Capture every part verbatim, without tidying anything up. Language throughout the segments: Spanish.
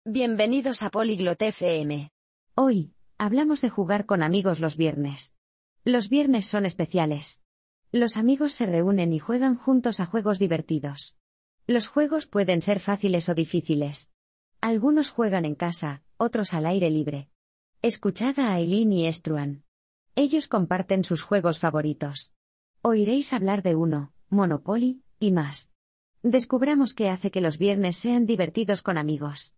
Bienvenidos a Polyglot F M. Hoy, hablamos de jugar con amigos los viernes. Los viernes son especiales. Los amigos se reúnen y juegan juntos a juegos divertidos. Los juegos pueden ser fáciles o difíciles. Algunos juegan en casa, otros al aire libre. Escuchad a Aileen y Struan. Ellos comparten sus juegos favoritos. Oiréis hablar de uno, Monopoly, y más. Descubramos qué hace que los viernes sean divertidos con amigos.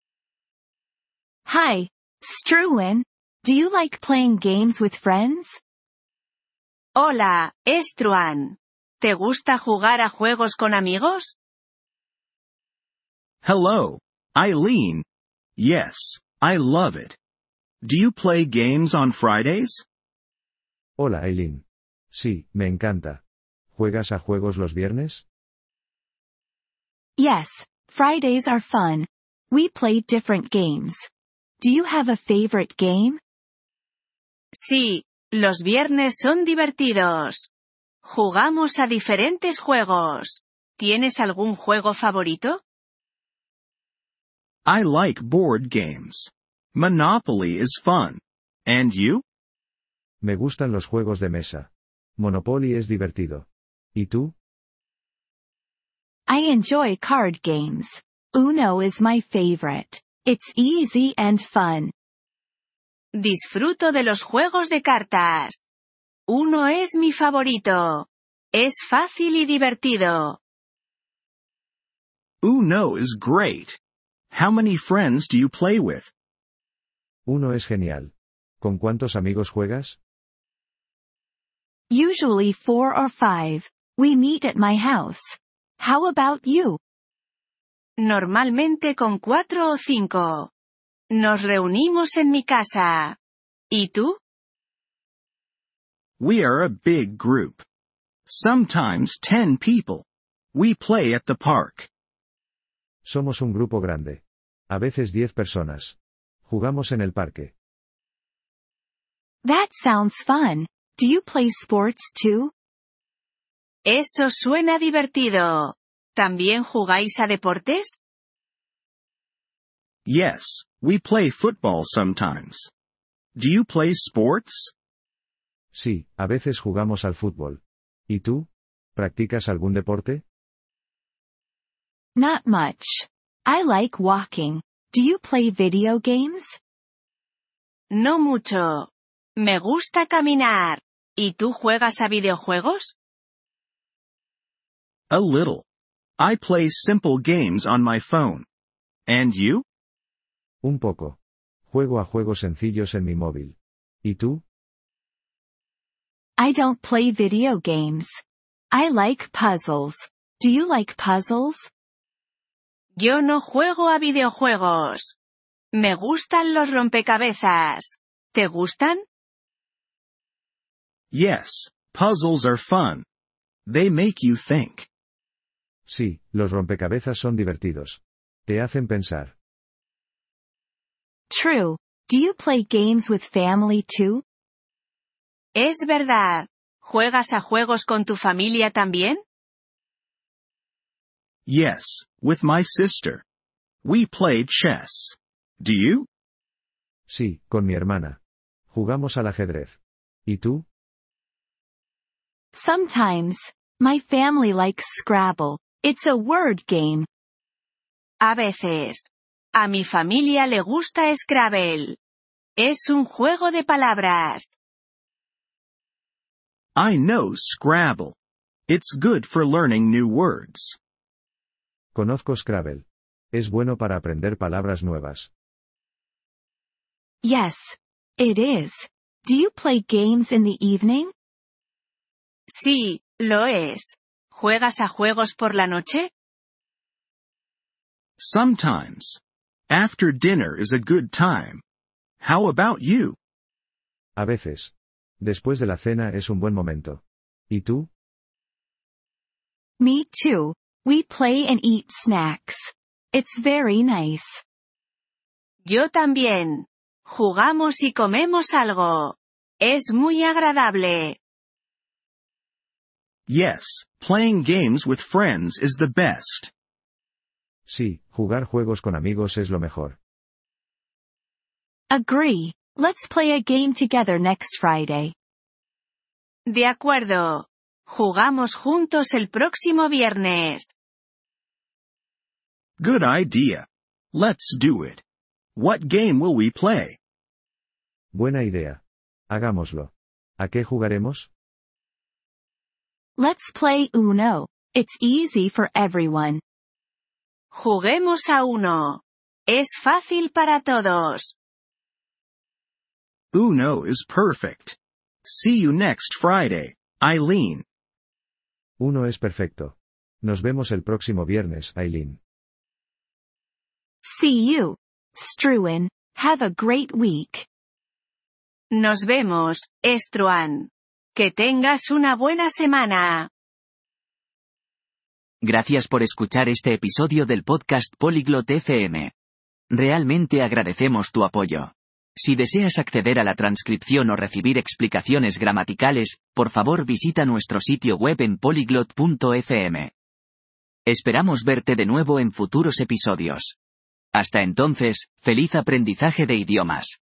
Hi, Struan. Do you like playing games with friends? Hola, Struan. ¿Te gusta jugar a juegos con amigos? Hello, Aileen. Yes, I love it. Do you play games on Fridays? Hola Aileen. Sí, me encanta. ¿Juegas a juegos los viernes? Yes, Fridays are fun. We play different games. Do you have a favorite game? Sí, los viernes son divertidos. Jugamos a diferentes juegos. ¿Tienes algún juego favorito? I like board games. Monopoly is fun. And you? Me gustan los juegos de mesa. Monopoly es divertido. ¿Y tú? I enjoy card games. Uno is my favorite. It's easy and fun. Disfruto de los juegos de cartas. Uno es mi favorito. Es fácil y divertido. Uno is great. How many friends do you play with? Uno es genial. ¿Con cuántos amigos juegas? Usually four or five. We meet at my house. How about you? Normalmente con cuatro o cinco. Nos reunimos en mi casa. ¿Y tú? We are a big group. Sometimes ten people. We play at the park. Somos un grupo grande. A veces diez personas. Jugamos en el parque. That sounds fun. Do you play sports too? Eso suena divertido. ¿También jugáis a deportes? Yes, we play football sometimes. Do you play sports? Sí, a veces jugamos al fútbol. ¿Y tú? ¿Practicas algún deporte? Not much. I like walking. Do you play video games? No mucho. Me gusta caminar. ¿Y tú juegas a videojuegos? A little. I play simple games on my phone. And you? Un poco. Juego a juegos sencillos en mi móvil. ¿Y tú? I don't play video games. I like puzzles. Do you like puzzles? Yo no juego a videojuegos. Me gustan los rompecabezas. ¿Te gustan? Yes, puzzles are fun. They make you think. Sí, los rompecabezas son divertidos. Te hacen pensar. True. Do you play games with family too? Es verdad. ¿Juegas a juegos con tu familia también? Yes, with my sister. We play chess. Do you? Sí, con mi hermana. Jugamos al ajedrez. ¿Y tú? Sometimes. My family likes Scrabble. It's a word game. A veces. A mi familia le gusta Scrabble. Es un juego de palabras. I know Scrabble. It's good for learning new words. Conozco Scrabble. Es bueno para aprender palabras nuevas. Yes. It is. Do you play games in the evening? Sí, lo es. ¿Juegas a juegos por la noche? Sometimes. After dinner is a good time. How about you? A veces. Después de la cena es un buen momento. ¿Y tú? Me too. We play and eat snacks. It's very nice. Yo también. Jugamos y comemos algo. Es muy agradable. Yes, playing games with friends is the best. Sí, jugar juegos con amigos es lo mejor. Agree. Let's play a game together next Friday. De acuerdo. Jugamos juntos el próximo viernes. Good idea. Let's do it. What game will we play? Buena idea. Hagámoslo. ¿A qué jugaremos? Let's play Uno. It's easy for everyone. Juguemos a uno. Es fácil para todos. Uno is perfect. See you next Friday, Eileen. Uno es perfecto. Nos vemos el próximo viernes, Eileen. See you, Struan. Have a great week. Nos vemos, Struan. Que tengas una buena semana. Gracias por escuchar este episodio del podcast Polyglot F M. Realmente agradecemos tu apoyo. Si deseas acceder a la transcripción o recibir explicaciones gramaticales, por favor visita nuestro sitio web en polyglot punto f m. Esperamos verte de nuevo en futuros episodios. Hasta entonces, feliz aprendizaje de idiomas.